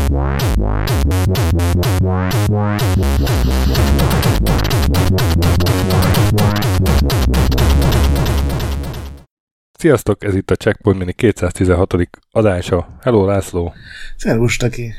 Sziasztok, ez itt a Checkpoint Mini 216. adása. Hello, László! Szervus, Taki!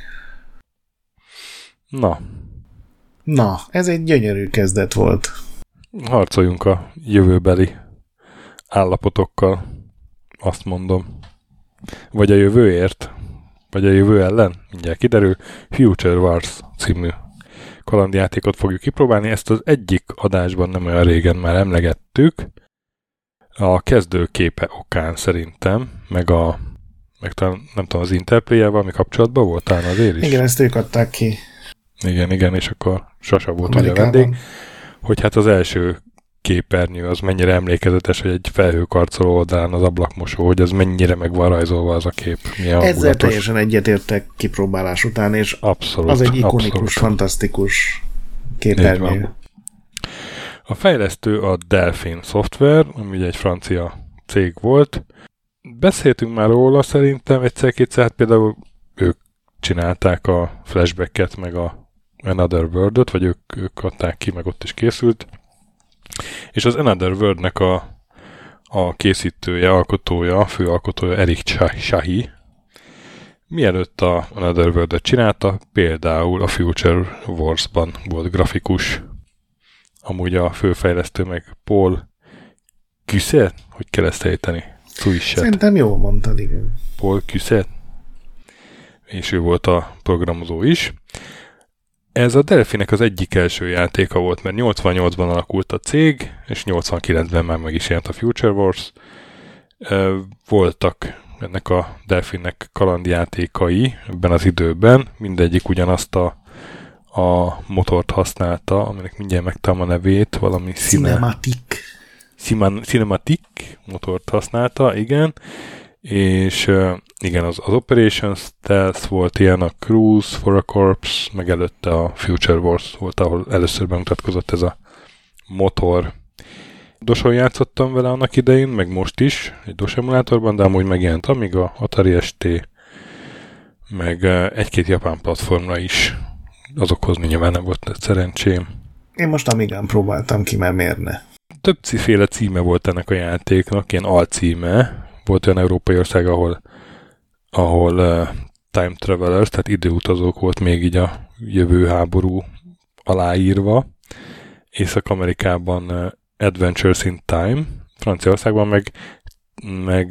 Na, ez egy gyönyörű kezdet volt. Harcoljunk a jövőbeli állapotokkal, azt mondom. Vagy a jövőért, vagy a jövő ellen, mindjárt kiderül. Future Wars című kalandjátékot fogjuk kipróbálni. Ezt az egyik adásban nem olyan régen már emlegettük. A kezdőképe okán szerintem, meg talán, nem tudom, az Interplay-jel mi kapcsolatban volt talán azért is? Igen, ezt ők adták ki. Igen, és akkor Sasa volt ugye a vendég, hogy hát az első képernyő az mennyire emlékezetes, hogy egy felhőkarcoló oldalán az ablakmosó, hogy az mennyire meg van rajzolva az a kép. Ezzel teljesen egyetértek kipróbálás után, és abszolút, az egy ikonikus, fantasztikus képernyő. A fejlesztő a Delphin Software, ami ugye egy francia cég volt. Beszéltünk már róla szerintem egyszer-kétszer, hát például ők csinálták a Flashback-et, meg a Another World-ot, vagy ők adták ki, meg ott is készült. És az Another World-nek a készítője, alkotója, főalkotója Eric Chahi, mielőtt a Another World-et csinálta, például a Future Wars-ban volt grafikus. Amúgy a főfejlesztő meg Paul Cusset, hogy kell ezt ejteni? Szerintem jól mondtad, igen. Paul Cusset. És ő volt a programozó is. Ez a Delphinek az egyik első játéka volt, mert 88-ban alakult a cég, és 89-ben már meg is jelent a Future Wars. Voltak ennek a Delphinnek kalandjátékai ebben az időben, mindegyik ugyanazt a motort használta, aminek mindjárt megtalálom a nevét, valami Cinematic motort használta, igen, és igen, az Operation Stealth volt ilyen, a Cruise for a Corps, meg előtte a Future Wars volt, ahol először bemutatkozott ez a motor. DOS-on játszottam vele annak idején, meg most is, egy DOS emulátorban, de amúgy megjelent Amiga, Atari ST, meg egy-két japán platformra is. Azokhoz nyilván nem volt szerencsém. Én most Amigán próbáltam ki, mert miért ne? Többféle címe volt ennek a játéknak, ilyen alcíme. Volt olyan európai ország, ahol time travelers, tehát időutazók volt még így a jövő háború aláírva. Észak-Amerikában Adventures in Time, Franciaországban meg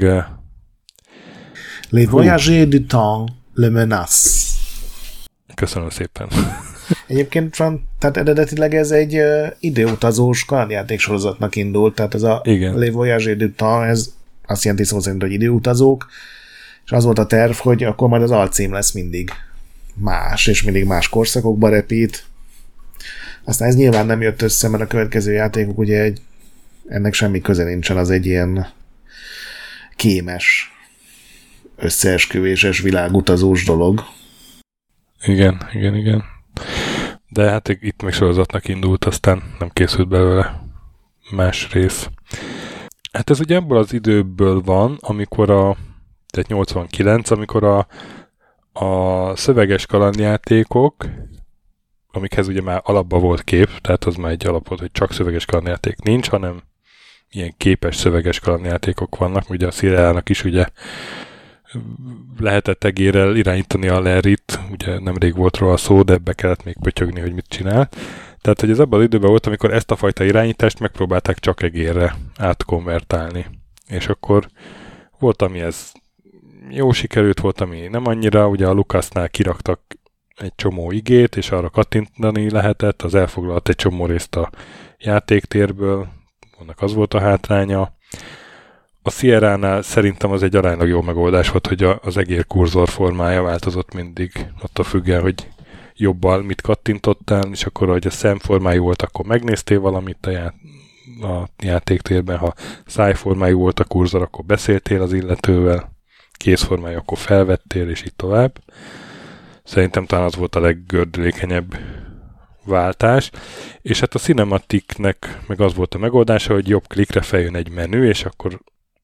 Les Voyageurs du Temps, Le Menace. Köszönöm szépen. Egyébként tehát eredetileg ez egy időutazós kalandjáték sorozatnak indult, tehát ez a Les Voyageurs du Temps, ez azt jelenti szó szerint, hogy időutazók, és az volt a terv, hogy akkor majd az alcím lesz mindig más, és mindig más korszakokba repít. Aztán ez nyilván nem jött össze, mert a következő játékok ugye ennek semmi köze nincsen, az egy ilyen kémes, összeesküvéses, világutazós dolog. Igen. De hát itt meg sorozatnak indult, aztán nem készült belőle más rész. Hát ez ugye ebből az időből van, tehát 89, amikor a szöveges kalandjátékok, amikhez ugye már alapban volt kép, tehát az már egy alapot, hogy csak szöveges kalandjáték nincs, hanem ilyen képes szöveges kalandjátékok vannak. Ugye a Sierra-nak is ugye lehetett egérrel irányítani a Larryt, ugye nemrég volt róla szó, de ebbe kellett még pötyögni, hogy mit csinál. Tehát, hogy ez abban az időben volt, amikor ezt a fajta irányítást megpróbálták csak egérre átkonvertálni. És akkor volt, ami ez jó sikerült, volt, ami nem annyira, ugye a Lucasnál kiraktak egy csomó igét, és arra kattintani lehetett, az elfoglalt egy csomó részt a játéktérből, annak az volt a hátránya. A Sierra-nál szerintem az egy aránylag jó megoldás volt, hogy az egér kurzor formája változott mindig, attól függően, hogy jobbal mit kattintottál, és akkor, hogy a szemformájú volt, akkor megnéztél valamit a játéktérben, ha szájformájú volt a kurzor, akkor beszéltél az illetővel, kézformájú, akkor felvettél, és így tovább. Szerintem talán az volt a leggördülékenyebb váltás, és hát a Cinematicnek meg az volt a megoldása, hogy jobb klikre feljön egy menü, és akkor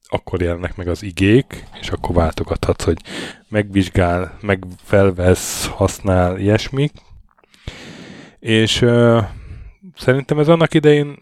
akkor jelennek meg az igék, és akkor váltogathatsz, hogy megvizsgál, megfelvesz, használ, ilyesmik. És szerintem ez annak idején,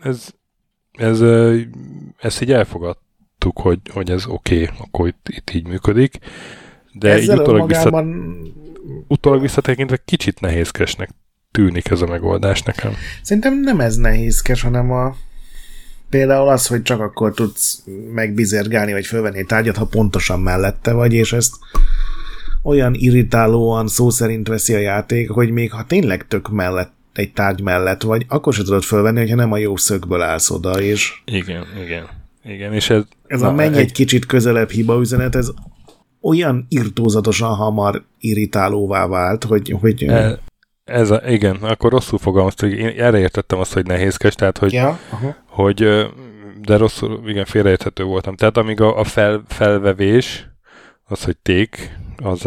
ezt így elfogadtuk, hogy ez oké, akkor itt így működik. De így utólag visszatekintve kicsit nehézkesnek tűnik ez a megoldás nekem. Szerintem nem ez nehézkes, hanem például az, hogy csak akkor tudsz megbizergálni, vagy fölvenni egy tárgyat, ha pontosan mellette vagy, és ezt olyan irritálóan szó szerint veszi a játék, hogy még ha tényleg tök mellett, egy tárgy mellett vagy, akkor se tudod fölvenni, hogyha nem a jó szögből állsz oda, és... Igen, és ez a menj egy kicsit közelebb hibaüzenet, ez olyan irtózatosan hamar irritálóvá vált, hogy igen, akkor rosszul fogalmaztam, én erre értettem azt, hogy nehézkes, tehát hogy de rosszul, igen, félreérthető voltam. Tehát amíg a felvevés, az, hogy take, az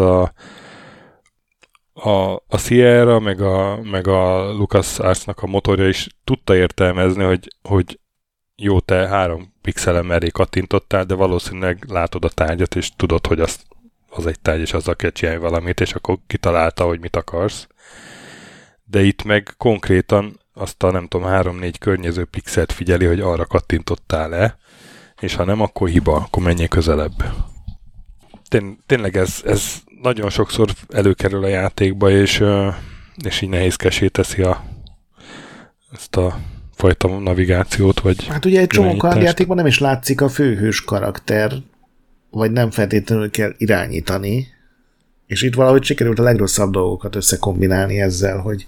a Sierra, meg a LucasArts-nak a motorja is tudta értelmezni, hogy jó, te 3 pixelen mellé kattintottál, de valószínűleg látod a tárgyat, és tudod, hogy az egy tárgy, és azzal kell csinálni valamit, és akkor kitalálta, hogy mit akarsz. De itt meg konkrétan azt a nem tudom, 3-4 környező pixelt figyeli, hogy arra kattintottál-e, és ha nem, akkor hiba, akkor menjél közelebb. Tényleg ez nagyon sokszor előkerül a játékba, és így nehézkessé teszi ezt a fajta navigációt, vagy hát ugye egy csomó kardjátékban nem is látszik a főhős karakter, vagy nem feltétlenül kell irányítani, és itt valahogy sikerült a legrosszabb dolgokat összekombinálni ezzel, hogy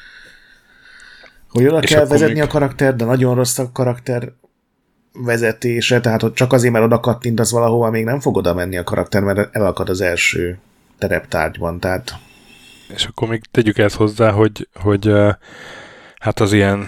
oda kell vezetni a karakter, de nagyon rossz a karakter vezetése, tehát hogy csak azért, mert oda kattintasz valahova, még nem fog oda menni a karakter, mert elakad az első tereptárgyban, tehát... És akkor még tegyük ezt hozzá, hogy hát az ilyen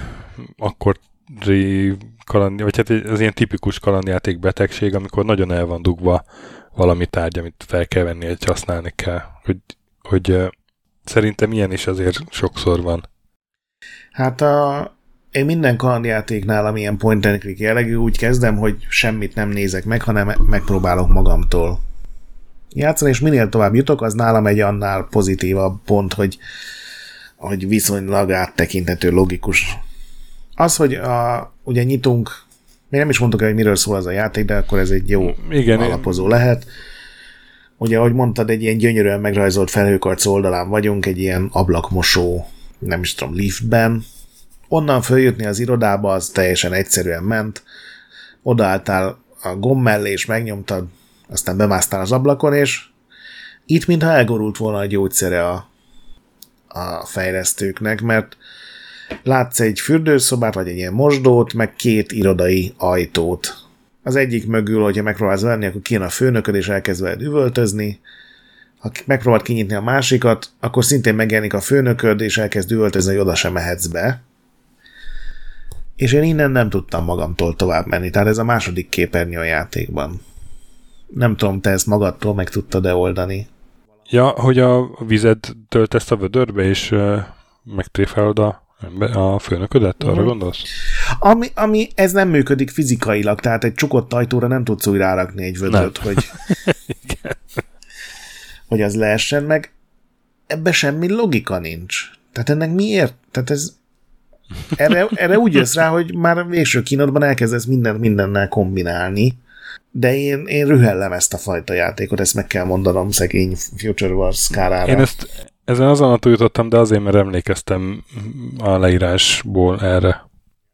akkori vagy hát az ilyen tipikus kalandjáték betegség, amikor nagyon el van dugva valami tárgy, amit fel kell venni, hogy használni kell. Hogy szerintem ilyen is azért sokszor van. Hát én minden kalandjátéknál, amilyen point and click jellegű, úgy kezdem, hogy semmit nem nézek meg, hanem megpróbálok magamtól játszani, és minél tovább jutok, az nálam egy annál pozitívabb pont, hogy viszonylag áttekinthető, logikus. Az, hogy ugye nyitunk, még nem is mondtuk el, hogy miről szól az a játék, de akkor ez egy jó alapozó lehet. Ugye, ahogy mondtad, egy ilyen gyönyörűen megrajzolt felhőkarc oldalán vagyunk, egy ilyen ablakmosó, nem is tudom, liftben. Onnan följutni az irodába, az teljesen egyszerűen ment. Odaálltál a gomb mellé, és megnyomtad, aztán bemásztál az ablakon, és itt mintha elgorult volna a gyógyszere a fejlesztőknek, mert látsz egy fürdőszobát, vagy egy ilyen mosdót, meg 2 irodai ajtót. Az egyik mögül, hogyha megpróbálsz venni, akkor kijön a főnököd, és elkezd veled üvöltözni. Ha megpróbáld kinyitni a másikat, akkor szintén megjelenik a főnököd, és elkezd üvöltözni, hogy oda sem mehetsz be. És én innen nem tudtam magamtól tovább menni, tehát ez a második képernyő a játékban. Nem tudom, te ezt magadtól meg tudtad-e oldani? Ja, hogy a vized töltesz a vödörbe, és megtréfálod a főnöködet, arra gondolsz? Ami ez nem működik fizikailag, tehát egy csukott ajtóra nem tudsz úgy rárakni egy vödröt, hogy az leessen meg. Ebbe semmi logika nincs. Tehát ennek miért? Tehát ez erre úgy jössz rá, hogy már végső kínodban elkezdesz mindennel kombinálni, de én rühellem ezt a fajta játékot, ezt meg kell mondanom szegény Future Wars kárára. Én ezen azonnal jutottam, de azért, mert emlékeztem a leírásból erre.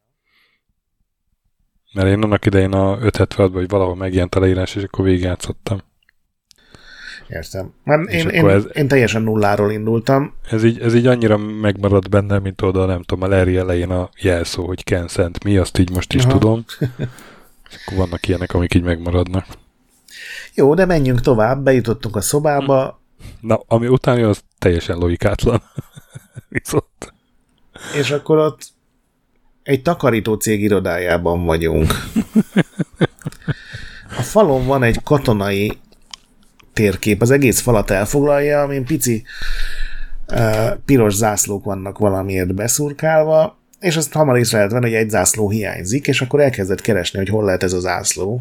Mert én annak idején a 576-ban, vagy valahol megjelent a leírás, és akkor végigjátszottam. Értem. Én teljesen nulláról indultam. Ez így annyira megmaradt benne, mint oda, nem tudom, a Larry elején a jelszó, hogy consent mi, azt így most is tudom. És akkor vannak ilyenek, amik így megmaradnak. Jó, de menjünk tovább, bejutottunk a szobába. Na, ami utána az teljesen logikátlan. Viszont. És akkor ott egy takarító cég irodájában vagyunk. A falon van egy katonai térkép, az egész falat elfoglalja, amin pici piros zászlók vannak valamiért beszurkálva, és azt hamar észre lehet venni, hogy egy zászló hiányzik, és akkor elkezdett keresni, hogy hol lehet ez a zászló.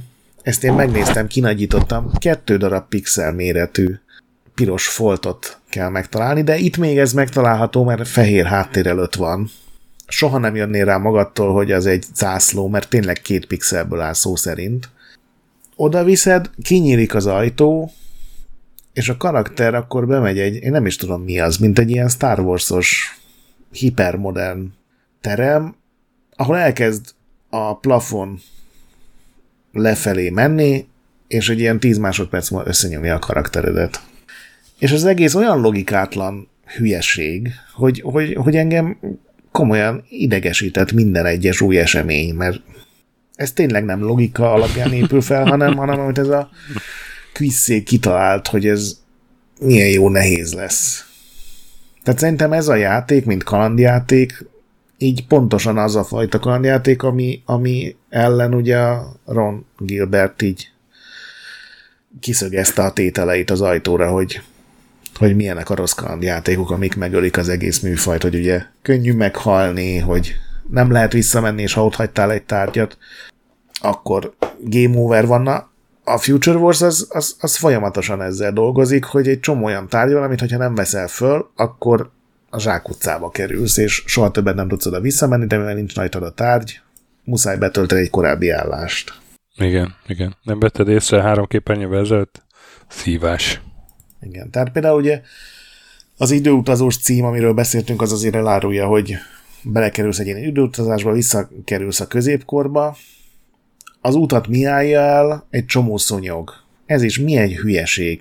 ezt én megnéztem, kinagyítottam, 2 darab pixel méretű piros foltot kell megtalálni, de itt még ez megtalálható, mert fehér háttér előtt van. Soha nem jönnél rá magadtól, hogy az egy zászló, mert tényleg 2 pixelből áll szó szerint. Oda viszed, kinyílik az ajtó, és a karakter akkor bemegy én nem is tudom mi az, mint egy ilyen Star Wars-os hipermodern terem, ahol elkezd a plafon lefelé menni, és egy ilyen 10 másodperc múlva összenyomja a karakteredet. És az egész olyan logikátlan hülyeség, hogy engem komolyan idegesített minden egyes új esemény, mert ez tényleg nem logika alapján épül fel, hanem amit ez a quizzék kitalált, hogy ez milyen jó nehéz lesz. Tehát szerintem ez a játék, mint kalandjáték, így pontosan az a fajta kalandjáték, ami ellen ugye a Ron Gilbert így kiszögezte a tételeit az ajtóra, hogy milyenek a rossz kalandjátékok, amik megölik az egész műfajt, hogy ugye könnyű meghalni, hogy nem lehet visszamenni, és ha ott hagytál egy tárgyat, akkor game over vanna. A Future Wars az folyamatosan ezzel dolgozik, hogy egy csomó olyan tárgy van, amit hogyha nem veszel föl, akkor a zsákutcába kerülsz, és soha többet nem tudsz oda visszamenni, de mivel nincs rajtad a tárgy, muszáj betölteni egy korábbi állást. Igen. Nem vetted észre 3 képernyővel ezelőtt? Szívás. Igen, tehát például ugye az időutazós cím, amiről beszéltünk, az azért elárulja, hogy belekerülsz egy ilyen időutazásba, visszakerülsz a középkorba, az utat mi állja el? Egy csomó szonyog. Ez is milyen hülyeség.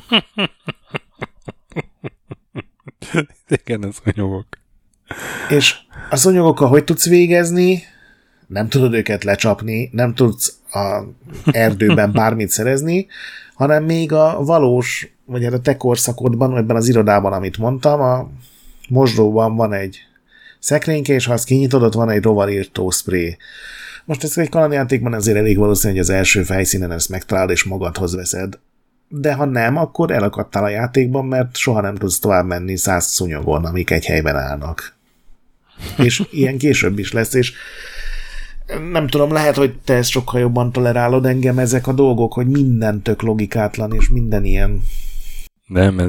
Igen, a szonyogok. És a szonyogokkal hogy tudsz végezni? Nem tudod őket lecsapni, nem tudsz a erdőben bármit szerezni, hanem még a valós, vagy a te korszakodban, ebben az irodában, amit mondtam, a mosdóban van egy szekrényke, és ha azt kinyitod, ott van egy rovarírtó spray. Most ez egy kalandjátékban azért elég valószínű, hogy az első fejszínen ezt megtalálod, és magadhoz veszed. De ha nem, akkor elakadtál a játékban, mert soha nem tudsz tovább menni 100 szúnyogon, amik egy helyben állnak. És ilyen később is lesz, és nem tudom, lehet, hogy te ezt sokkal jobban tolerálod, engem ezek a dolgok, hogy minden tök logikátlan, és minden ilyen. Nem,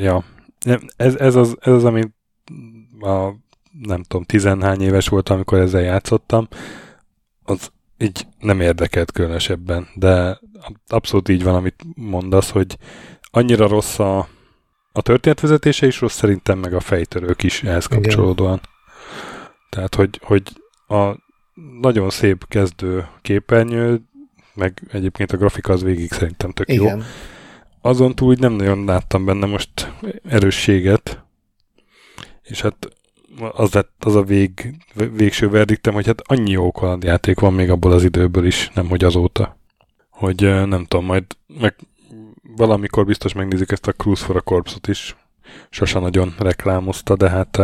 ez az, amit nem tudom, 10 éves voltam, amikor ezzel játszottam, az így nem érdekelt különösebben, de abszolút így van, amit mondasz, hogy annyira rossz a történetvezetése is rossz, szerintem meg a fejtörők is ehhez kapcsolódóan. Tehát, hogy a nagyon szép kezdő képernyő, meg egyébként a grafika az végig szerintem tök jó. Azon túl úgy nem nagyon láttam benne most erősséget, és hát az a végső verdiktem, hogy hát annyi jó kalandjáték van még abból az időből is, nemhogy azóta. Hogy nem tudom, majd meg valamikor biztos megnézik ezt a Cruise for a Corpse-ot is. Sose nagyon reklámozta, de hát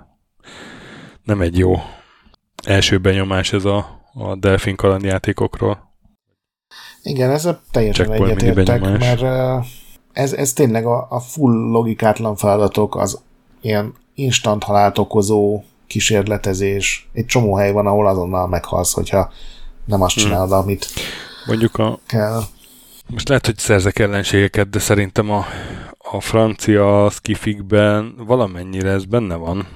nem egy jó első benyomás ez a Delfin kalandjátékokról. Igen, ezzel teljesen egyetértek, mert ez tényleg a full logikátlan feladatok, az ilyen instant halált okozó kísérletezés. Egy csomó hely van, ahol azonnal meghalsz, hogyha nem azt csinálod, amit mondjuk kell. Most lehet, hogy szerzek ellenségeket, de szerintem a francia skifikben valamennyire ez benne van.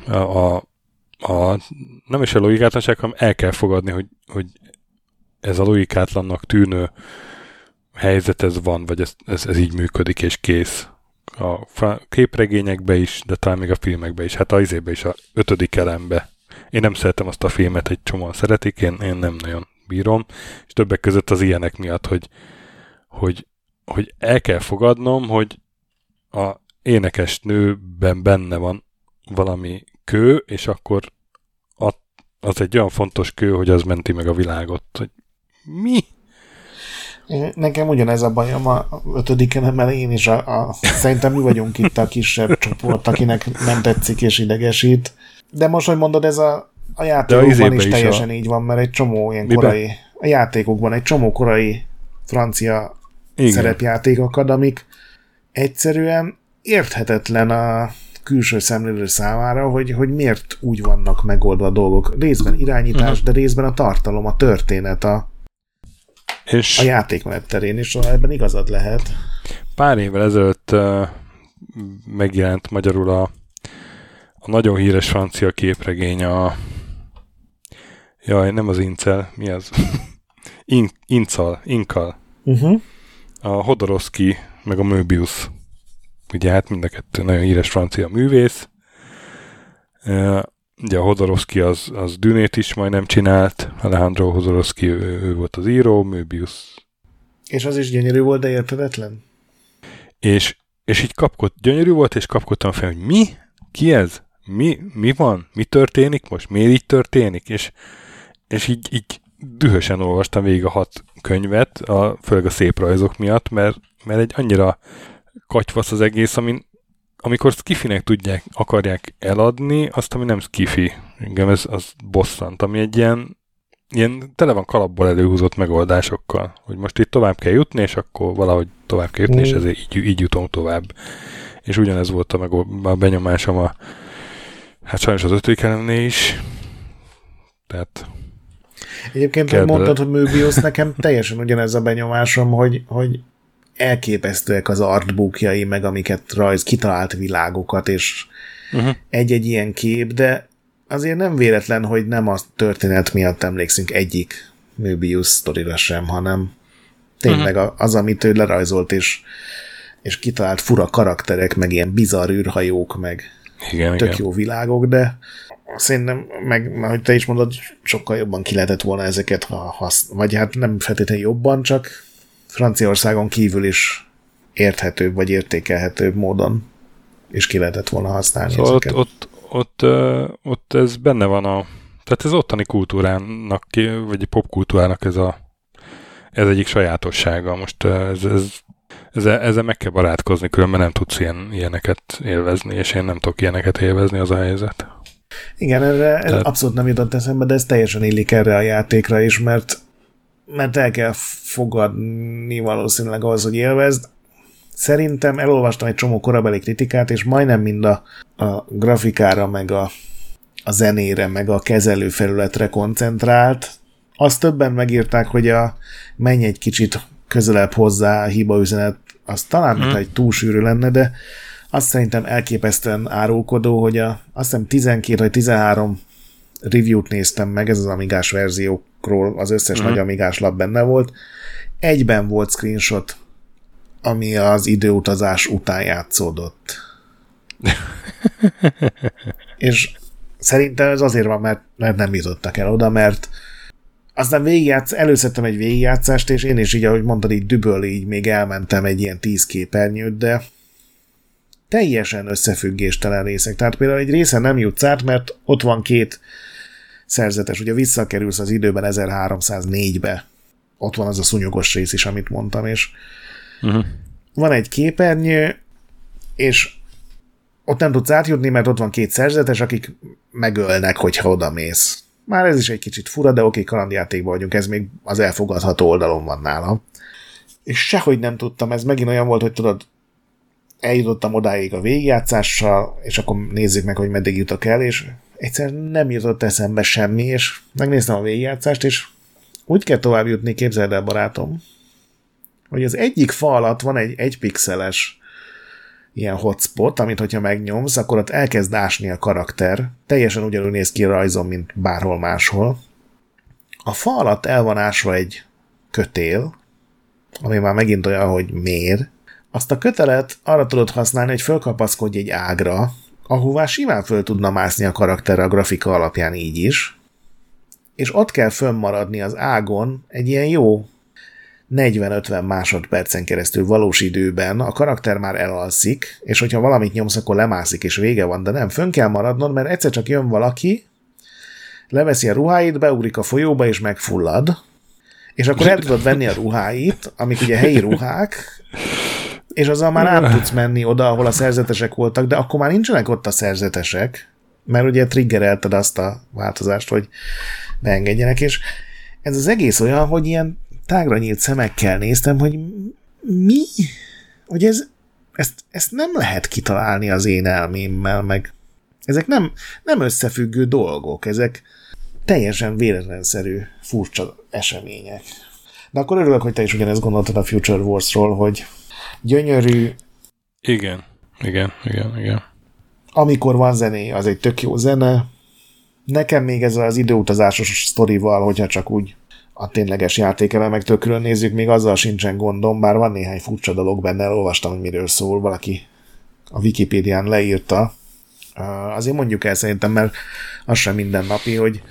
Nem is a logikátlanság, hanem el kell fogadni, hogy ez a logikátlannak tűnő helyzet ez van, vagy ez így működik, és kész. A képregényekbe is, de talán még a filmekbe is. Hát a izébe is, a 5. elembe. Én nem szeretem azt a filmet, egy csomóan szeretik, én nem nagyon bírom, és többek között az ilyenek miatt, hogy el kell fogadnom, hogy a énekes nőben benne van valami kő, és akkor az egy olyan fontos kő, hogy az menti meg a világot. Hogy mi? Nekem ugyanez a bajom a 5. elemmel, én is szerintem mi vagyunk itt a kisebb csoport, akinek nem tetszik és idegesít. De most, hogy mondod, ez a játékokban is teljesen így van, mert egy csomó ilyen korai, a játékokban egy csomó korai francia szerepjátékokat, amik egyszerűen érthetetlen a külső szemlélő számára, hogy miért úgy vannak megoldva a dolgok. Részben irányítás, de részben a tartalom, a történet, És a játékmenet terén is, ebben igazad lehet. Pár évvel ezelőtt megjelent magyarul a nagyon híres francia képregény, nem az Incel, mi az? Inkal. Uh-huh. A Hodorowski, meg a Möbius. Ugye hát mind a kettő nagyon híres francia művész. Ugye a Hodorowski az Dűnét is majdnem csinált, Alejandro Hodorowski, ő volt az író, Möbius. És az is gyönyörű volt, de értedetlen? És így gyönyörű volt, és kapkodtam fel, hogy mi? Ki ez? Mi van? Mi történik most? Miért így történik? És így dühösen olvastam végig a 6 könyvet, főleg a szép rajzok miatt, mert egy annyira katyvasz az egész, amikor skifinek akarják eladni, azt, ami nem skifi. Engem az bosszant, ami egy ilyen tele van kalapból előhúzott megoldásokkal, hogy most itt tovább kell jutni, és akkor valahogy tovább kell jutni, és ezért így jutunk tovább. És ugyanez volt a benyomásom hát sajnos az 5. elemnél is. Tehát egyébként, hogy mondtad, hogy Möbius, nekem teljesen ugyanez a benyomásom, hogy elképesztőek az artbookjai, meg amiket kitalált világokat, és egy-egy ilyen kép, de azért nem véletlen, hogy nem a történet miatt emlékszünk egyik Möbius sztorira sem, hanem tényleg az, amit ő lerajzolt, és kitalált fura karakterek, meg ilyen bizarr űrhajók, meg tök jó világok, de szerintem, meg ahogy te is mondod, sokkal jobban ki lehetett volna ezeket vagy hát nem feltétlenül jobban, csak Franciaországon kívül is érthetőbb, vagy értékelhetőbb módon is ki lehetett volna használni szóval ezeket. Ott ez benne van tehát ez ottani kultúrának, vagy popkultúrának ez egyik sajátossága. Most ezzel meg kell barátkozni, különben nem tudsz ilyeneket élvezni, és én nem tudok ilyeneket élvezni, az a helyzet. Igen, ez abszolút nem jutott eszembe, de ez teljesen illik erre a játékra is, mert el kell fogadni valószínűleg ahhoz, hogy élvezd. Szerintem elolvastam egy csomó korabeli kritikát, és majdnem mind a grafikára, meg a zenére, meg a kezelőfelületre koncentrált. Azt többen megírták, hogy menj egy kicsit közelebb hozzá a hibaüzenet, az talán mintha egy túl sűrű lenne, de azt szerintem elképesztően árulkodó, hogy azt hiszem 12 vagy 13 review-t néztem meg, ez az Amigás verziókról, az összes nagy Amigás lap benne volt. Egyben volt screenshot, ami az időutazás után játszódott. És szerintem ez azért van, mert nem jutottak el oda, mert aztán előszedtem egy végigjátszást, és én is így, ahogy mondtad, így düböl, így még elmentem egy ilyen 10 képernyőt, de teljesen összefüggéstelen részek. Tehát például egy részen nem jutsz át, mert ott van 2 szerzetes, ugye visszakerülsz az időben 1304-be. Ott van az a szúnyogos rész is, amit mondtam, és van egy képernyő, és ott nem tudsz átjutni, mert ott van 2 szerzetes, akik megölnek, hogyha odamész. Már ez is egy kicsit fura, de oké, kalandjátékban vagyunk, ez még az elfogadható oldalon van nálam. És sehogy nem tudtam, ez megint olyan volt, hogy tudod, eljutottam odáig a végigjátszással, és akkor nézzük meg, hogy meddig jutok el, és egyszerűen nem jutott eszembe semmi, és megnéztem a végigjátszást, és úgy kell tovább jutni, képzeld el, barátom, hogy az egyik fa alatt van egy 1 pixeles ilyen hotspot, amit hogyha megnyomsz, akkor ott elkezd ásni a karakter. Teljesen ugyanúgy néz ki a rajzon, mint bárhol máshol. A fa alatt el van ásva egy kötél, ami már megint olyan, hogy miért. Azt a kötelet arra tudod használni, hogy fölkapaszkodj egy ágra, ahová simán föl tudna mászni a karakter a grafika alapján így is, és ott kell fönnmaradni az ágon egy ilyen jó 40-50 másodpercen keresztül valós időben, a karakter már elalszik, és hogyha valamit nyomsz, akkor lemászik, és vége van, de nem, fönn kell maradnod, mert egyszer csak jön valaki, leveszi a ruháit, beugrik a folyóba, és megfullad, és akkor el tudod venni a ruháit, amik ugye helyi ruhák, és azzal már át tudsz menni oda, ahol a szerzetesek voltak, de akkor már nincsenek ott a szerzetesek, mert ugye triggerelted azt a változást, hogy beengedjenek, és ez az egész olyan, hogy ilyen tágra nyílt szemekkel néztem, hogy mi? Hogy ezt nem lehet kitalálni az én elmémmel, meg ezek nem összefüggő dolgok, ezek teljesen véletlenszerű, furcsa események. De akkor örülök, hogy te is ugyanezt gondoltad a Future Wars-ról, hogy gyönyörű. Igen. Amikor van zené, az egy tök jó zene. Nekem még ez az időutazásos sztorival, hogyha csak úgy a tényleges játékelemektől külön nézzük, még azzal sincsen gondom, bár van néhány furcsa dolog benne, elolvastam, hogy miről szól, valaki a Wikipédián leírta. Azért mondjuk el szerintem, mert az sem mindennapi, hogy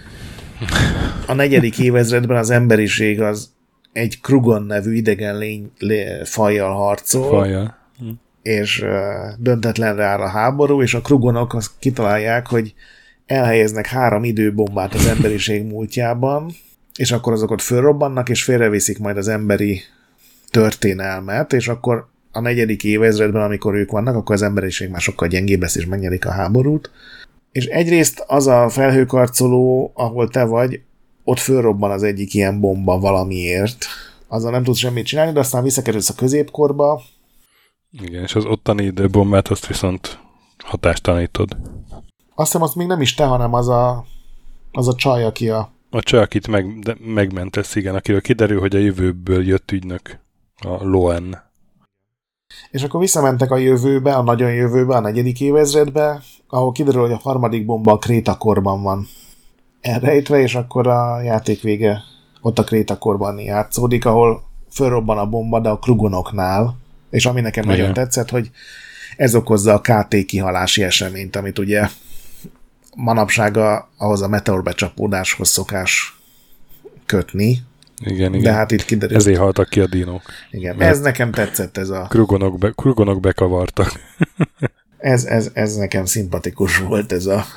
a 4. évezredben az emberiség az egy Krugon nevű idegen fajjal harcol, és döntetlenre áll a háború, és a Krugonok azt kitalálják, hogy elhelyeznek 3 időbombát az emberiség múltjában, és akkor azokat fölrobbannak, és félreviszik majd az emberi történelmet, és akkor a 4. évezredben, amikor ők vannak, akkor az emberiség már sokkal gyengébb lesz, és megnyerik a háborút. És egyrészt az a felhőkarcoló, ahol te vagy, ott fölrobban az egyik ilyen bomba valamiért. Azzal nem tudsz semmit csinálni, de aztán visszakerülsz a középkorba. Igen, és az ottani időbombát azt viszont hatástalanítod. Azt hiszem, azt még nem is te, hanem az a csaj, aki a csaj, akit megmentesz, igen, akiről kiderül, hogy a jövőből jött ügynök, a Loen. És akkor visszamentek a jövőbe, a nagyon jövőbe, a 4. évezredbe, ahol kiderül, hogy a 3. bomba a krétakorban van elrejtve, és akkor a játék vége ott a krétakorban játszódik, ahol fölrobban a bomba, de a Krugonoknál, és ami nekem nagyon tetszett, hogy ez okozza a KT kihalási eseményt, amit ugye manapság ahhoz a meteorbecsapódáshoz szokás kötni. Igen. De hát itt kiderült. Ezért haltak ki a dinók. Igen, ez nekem tetszett, ez a... Krugonok bekavartak. Ez nekem szimpatikus volt ez a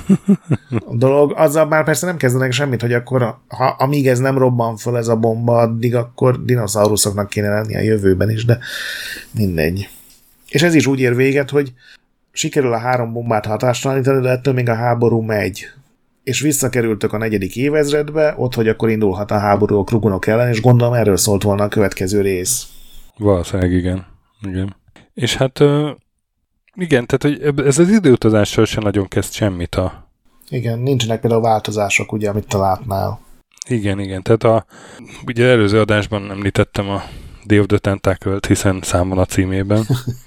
dolog. Azzal már persze nem kezdenek semmit, hogy akkor, amíg ez nem robban föl ez a bomba, addig akkor dinoszauruszoknak kéne lenni a jövőben is, de mindegy. És ez is úgy ér véget, hogy sikerül a 3 bombát hatástalanítani, de ettől még a háború megy. És visszakerültök a 4. évezredbe, ott, hogy akkor indulhat a háború a Krugonok ellen, és gondolom erről szólt volna a következő rész. Valószínűleg igen. És hát igen, tehát hogy ez az időutazással sem nagyon kezd semmit Igen, nincsenek például változások, ugye, amit te látnál. Igen, tehát ugye előző adásban említettem a Day of the Tentacle-t, hiszen szám van a címében.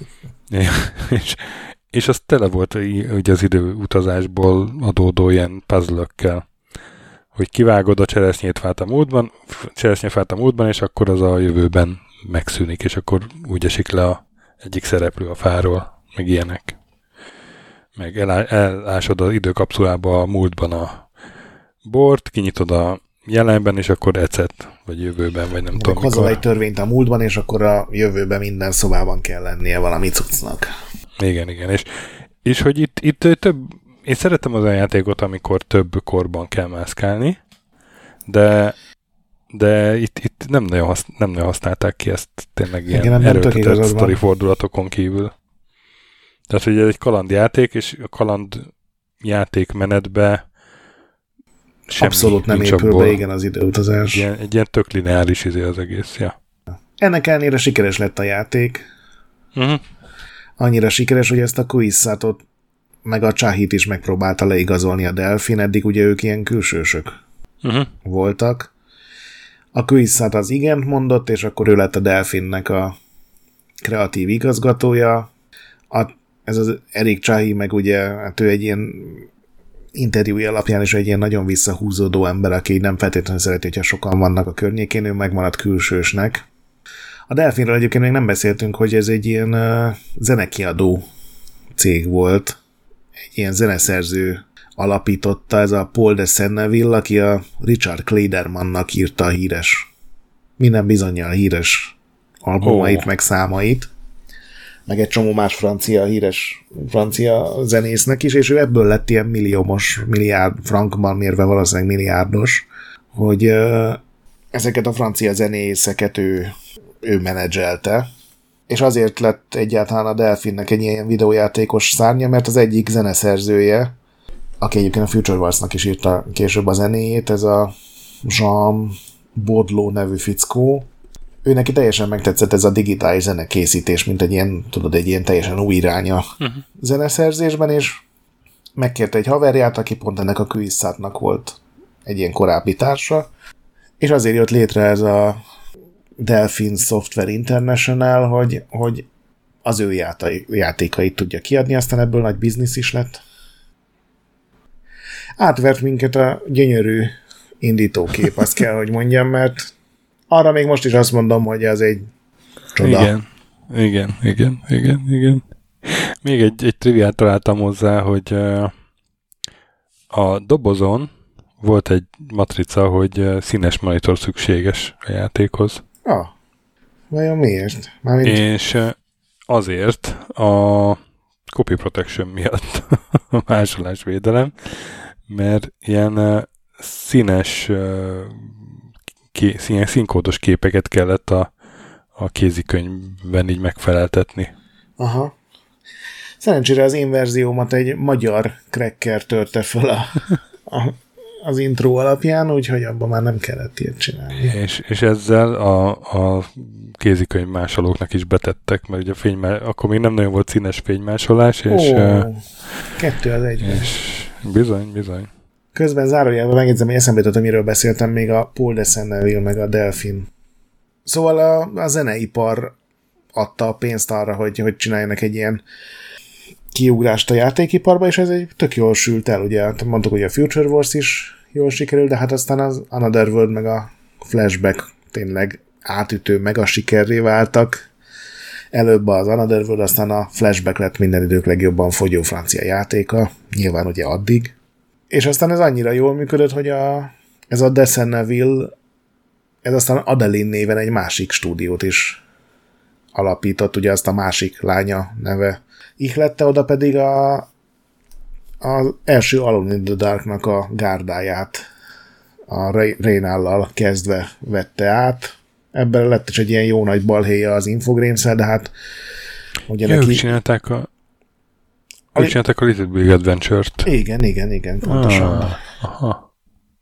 és az tele volt ugye az időutazásból adódó ilyen puzzle-ökkel, hogy kivágod a cseresznyefát a múltban, és akkor az a jövőben megszűnik, és akkor úgy esik le egyik szereplő a fáról, meg ilyenek. Meg elásod az időkapszulába a múltban a bort, kinyitod a jelenben, és akkor ecet, vagy jövőben, vagy nem tudom. Hozol egy törvényt a múltban, és akkor a jövőben minden szobában kell lennie valami cuccnak. Igen. És hogy itt több... Én szeretem az olyan játékot, amikor több korban kell mászkálni, de itt nem nagyon használták ki ezt tényleg ilyen erőltetett sztori fordulatokon kívül. Tehát, hogy ez egy kalandjáték, és a kalandjáték menetbe abszolút nem épül be, igen, az időutazás. Egy ilyen tök lineáris az egész, ja. Ennek ellenére sikeres lett a játék. Annyira sikeres, hogy ezt a Kwisattot meg a Chahit is megpróbálta leigazolni a Delfin, eddig ugye ők ilyen külsősök voltak. A Kwisat az igent mondott, és akkor ő lett a Delfinnek a kreatív igazgatója. Ez az Eric Chahi meg ugye, hát ő egy ilyen interjúja alapján is egy ilyen nagyon visszahúzódó ember, aki nem feltétlenül szereti, hogyha sokan vannak a környékén, ő megmaradt külsősnek. A Delfinről egyébként még nem beszéltünk, hogy ez egy ilyen zenekiadó cég volt. Egy ilyen zeneszerző alapította, ez a Paul de Senneville, aki a Richard Claydermannak írta a híres, minden bizonnyal híres albumait, meg számait, meg egy csomó más híres francia zenésznek is, és ő ebből lett ilyen milliárd frankban mérve valószínűleg milliárdos, hogy ezeket a francia zenészeket ő menedzselte, és azért lett egyáltalán a Delfinnek egy ilyen videójátékos szárnya, mert az egyik zeneszerzője, aki egyébként a Future Wars-nak is írta később a zenéjét, ez a Jean Baudelaire nevű fickó, ő neki teljesen megtetszett ez a digitális zenekészítés, mint egy ilyen teljesen új iránya zeneszerzésben, és megkérte egy haverját, aki pont ennek a Kwisatnak volt egy ilyen korábbi társa, és azért jött létre ez a Delphin Software International, hogy az ő játékait tudja kiadni, aztán ebből nagy biznisz is lett. Átvert minket a gyönyörű indítókép, azt kell, hogy mondjam, mert arra még most is azt mondom, hogy ez egy csoda. Igen. Még egy triviát találtam hozzá, hogy a dobozon volt egy matrica, hogy színes monitor szükséges a játékhoz. Vajon miért? És azért a copy protection miatt a másolásvédelem, mert ilyen színes színkódos képeket kellett a kézikönyvben így megfeleltetni. Aha. Szerencsére az én verziómat egy magyar cracker törte föl az intro alapján, úgyhogy abban már nem kellett ilyet csinálni. És ezzel a kézikönyv másolóknak is betettek, mert ugye akkor még nem nagyon volt színes fénymásolás, és... 2 az 1-ben. És bizony. Közben zárójelben megjegyzem, hogy eszembe jutott, amiről beszéltem, még a Paul Deschanel meg a Delphin. Szóval a zeneipar adta a pénzt arra, hogy csináljanak egy ilyen kiugrást a játékiparba, és ez egy tök jól sült el, ugye mondtuk, hogy a Future Wars is jól sikerült, de hát aztán az Another World meg a Flashback tényleg átütő mega sikerré váltak. Előbb az Another World, aztán a Flashback lett minden idők legjobban fogyó francia játéka, nyilván ugye addig. És aztán ez annyira jól működött, hogy ez a Deschanel, ez aztán Adeline néven egy másik stúdiót is alapított, ugye azt a másik lánya neve ihlette, oda pedig az első Alone in the Darknak a gárdáját a Reynal-lal kezdve vette át. Ebben lett is egy ilyen jó nagy balhéja az Infogrames-el, de hát ugye neki... Ők csinálták a Little Big Adventure-t. Igen, pontosan. Aha.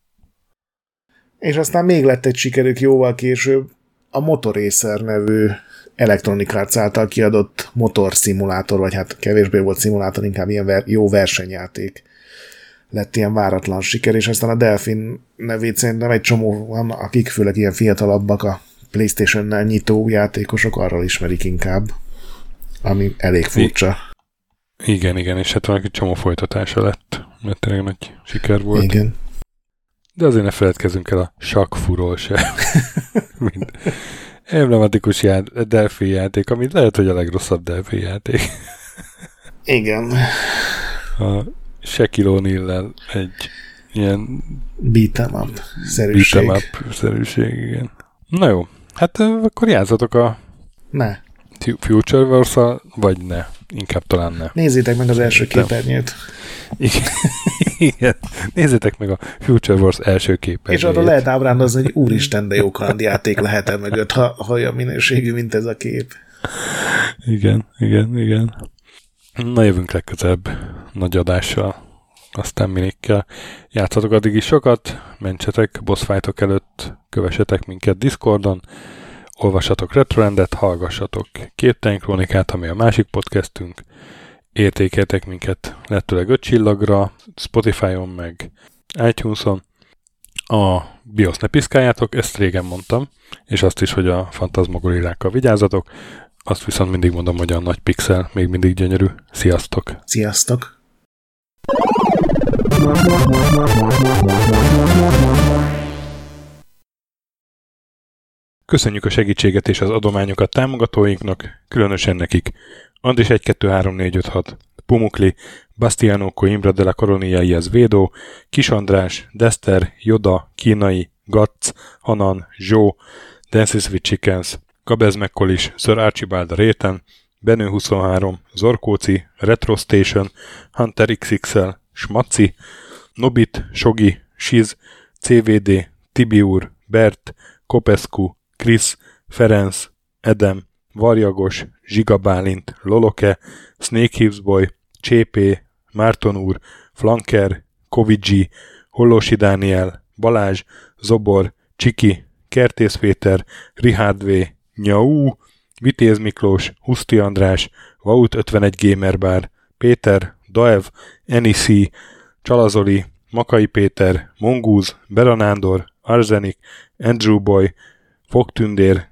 És aztán még lett egy sikerük jóval később, a Motoracer nevű Electronic Arts által kiadott motorszimulátor, vagy hát kevésbé volt szimulátor, inkább ilyen jó versenyjáték lett ilyen váratlan siker, és aztán a Delphin nevét szerintem egy csomó van, akik főleg ilyen fiatalabbak, a PlayStation-nel nyitó játékosok arról ismerik inkább, ami elég furcsa. Igen, és hát valaki csomó folytatása lett, mert tényleg nagy siker volt. Igen. De azért ne feledkezzünk el a Shaq-Fu-ról se. Mind emblematikus Delphi játék, ami lehet, hogy a legrosszabb Delphi játék. Igen. A Shaquille O'Neal-lel egy ilyen beat'em up szerűség, igen. Na jó, hát akkor játszatok a Future Wars-al, vagy ne. Inkább talán ne. Nézzétek meg az első képernyőt. Igen. Nézzétek meg a Future Wars első képernyőjét. És arra lehet ábrándozni, hogy úristen, de jó kalandjáték lehet mögött, ha olyan minőségű, mint ez a kép. Igen. Na, jövünk legközelebb nagy adással, aztán minikkel. Játszatok addig is sokat, mentsetek boss fightok előtt, kövessetek minket Discordon, olvassatok Retrorendet, hallgassatok Képtelen Krónikát, ami a másik podcastünk, értékeltek minket lehetőleg 5 csillagra, Spotify-on meg iTunes-on. A BIOS ne piszkáljátok, ezt régen mondtam, és azt is, hogy a fantasmagorillákkal vigyázzatok, azt viszont mindig mondom, hogy a nagy pixel még mindig gyönyörű. Sziasztok! Sziasztok! Köszönjük a segítséget és az adományokat támogatóinknak, különösen nekik. Andris 1, 2, 3, 4, 5, 6, Pumukli, Bastiano Coimbra de la Coronia Iez Védó, Kis András, Dester, Joda, Kínai, Gatz, Hanan, Zsó, Dances with Chickens, Gabez Mekkolis, Sir Archibald Réten, Benő 23, Zorkóci, Retro Station, Hunter XXL, Smaci, Nobit, Sogi, Siz, CVD, Tibiur, Bert, Kopescu, Krisz, Ferenc, Edem, Varjagos, Zsigabálint, Loloke, Snake Hips Boy, Csépé, Márton úr, Flanker, Kovicsi, Hollósi Dániel, Balázs, Zobor, Csiki, Kertész Péter, Richard V, Nyau, Vitéz Miklós, Huszti András, Vaut 51 Gamerbar, Péter, Daev, Enisi, Csalazoli, Makai Péter, Mongúz, Beranándor, Arzenik, Andrew Boy, Fogtündér,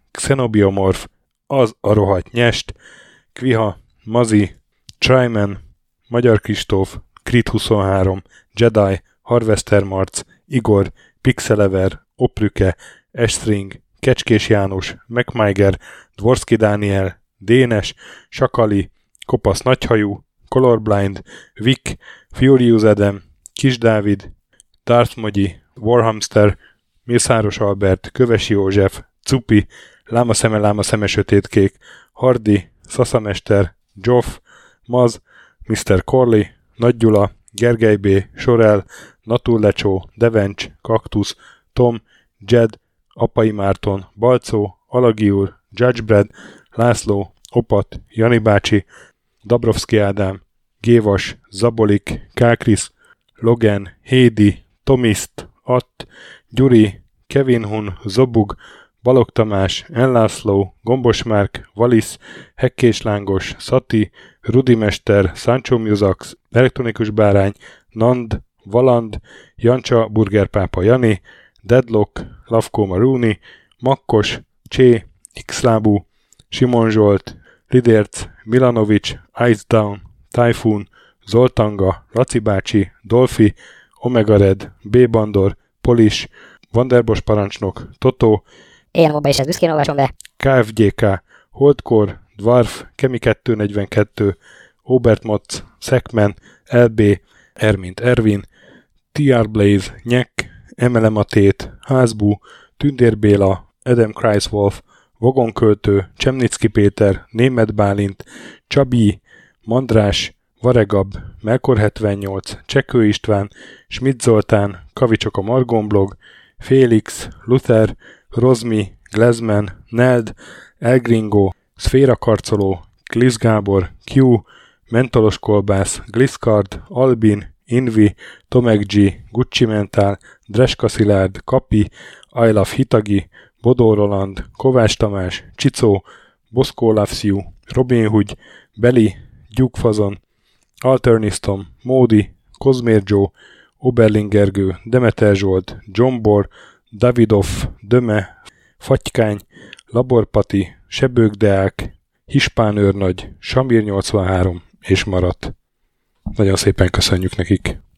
Xenobiomorph, az a rohadt nyest, Kviha, Mazi, Tryman, Magyar Kristóf, Krit 23, Jedi, Harvester Marc, Igor, Pixelever, Oprüke, Estring, Kecskés János, MacMiger, Dvorski Dániel, Dénes, Sakali, Kopasz Nagyhajú, Colorblind, Vic, Furious Adam, Kis Dávid, Darth Mogyi, Warhamster, Mészáros Albert, Kövesi József, Cupi, Láma szeme sötétkék, Hardi, Szaszamester, Joff, Maz, Mr. Corley, Nagy Gyula, Gergely B., Sorel, Naturlecsó, Devencs, Kaktusz, Tom, Jed, Apai Márton, Balcó, Alagi úr, Judgebred, László, Opat, Jani bácsi, Dabrowski Ádám, Gévas, Zabolik, Kákris, Logan, Hédi, Tomiszt, Att, Gyuri, Kevin Hun, Zobug, Balog Tamás, Enlászló, Gombos Márk, Valisz, Hekkés Lángos, Szati, Rudimester, Sancho Musax, Elektronikus Bárány, Nand, Valand, Jancsa, Burgerpápa Jani, Deadlock, Lavko Maruni, Makkos, Csé, Xlábú, Simon Zsolt, Lidérc, Milanovic, Ice Down, Typhoon, Zoltanga, Laci bácsi, Dolfi, Omega Red, B. Bandor, Polis, Vanderbos parancsnok, Totó, Éjjelmobba is ezt büszkén olvasom be. KFGK, Holdkor, Dwarf, Kemi 242, Obert Motz, Szekmen, LB, Ermint Ervin, TR Blaze, Nyek, Emele Matét, Házbú, Tündér Béla, Adam Kreiswolf, Vogonköltő, Csemnicki Péter, Németh Bálint, Csabi, Mandrás, Varegab, Melkor 78, Csekő István, Schmidt Zoltán, Kavicsok a Margonblog, Félix, Luther, Rozmi, Glezman, Neld, Elgringo, Szféra Karcoló, Glisz Gábor, Q, Mentolos Kolbász, Gliscard, Albin, Invi, Tomek G, Gucci Mentál, Dreska Szilárd, Kapi, I Love Hitagi, Bodó Roland, Kovács Tamás, Csicó, Boszkó Loves You, Robin Hood, Beli, Gyúkfazon, Alternisztom, Módi, Kozmér Joe, Oberlin Gergő, Demeter Zsolt, Zsombor, Davidov, Döme, Fatykány, Laborpati, Sebők Deák, Hispán őrnagy, Samir 83 és Marat. Nagyon szépen köszönjük nekik!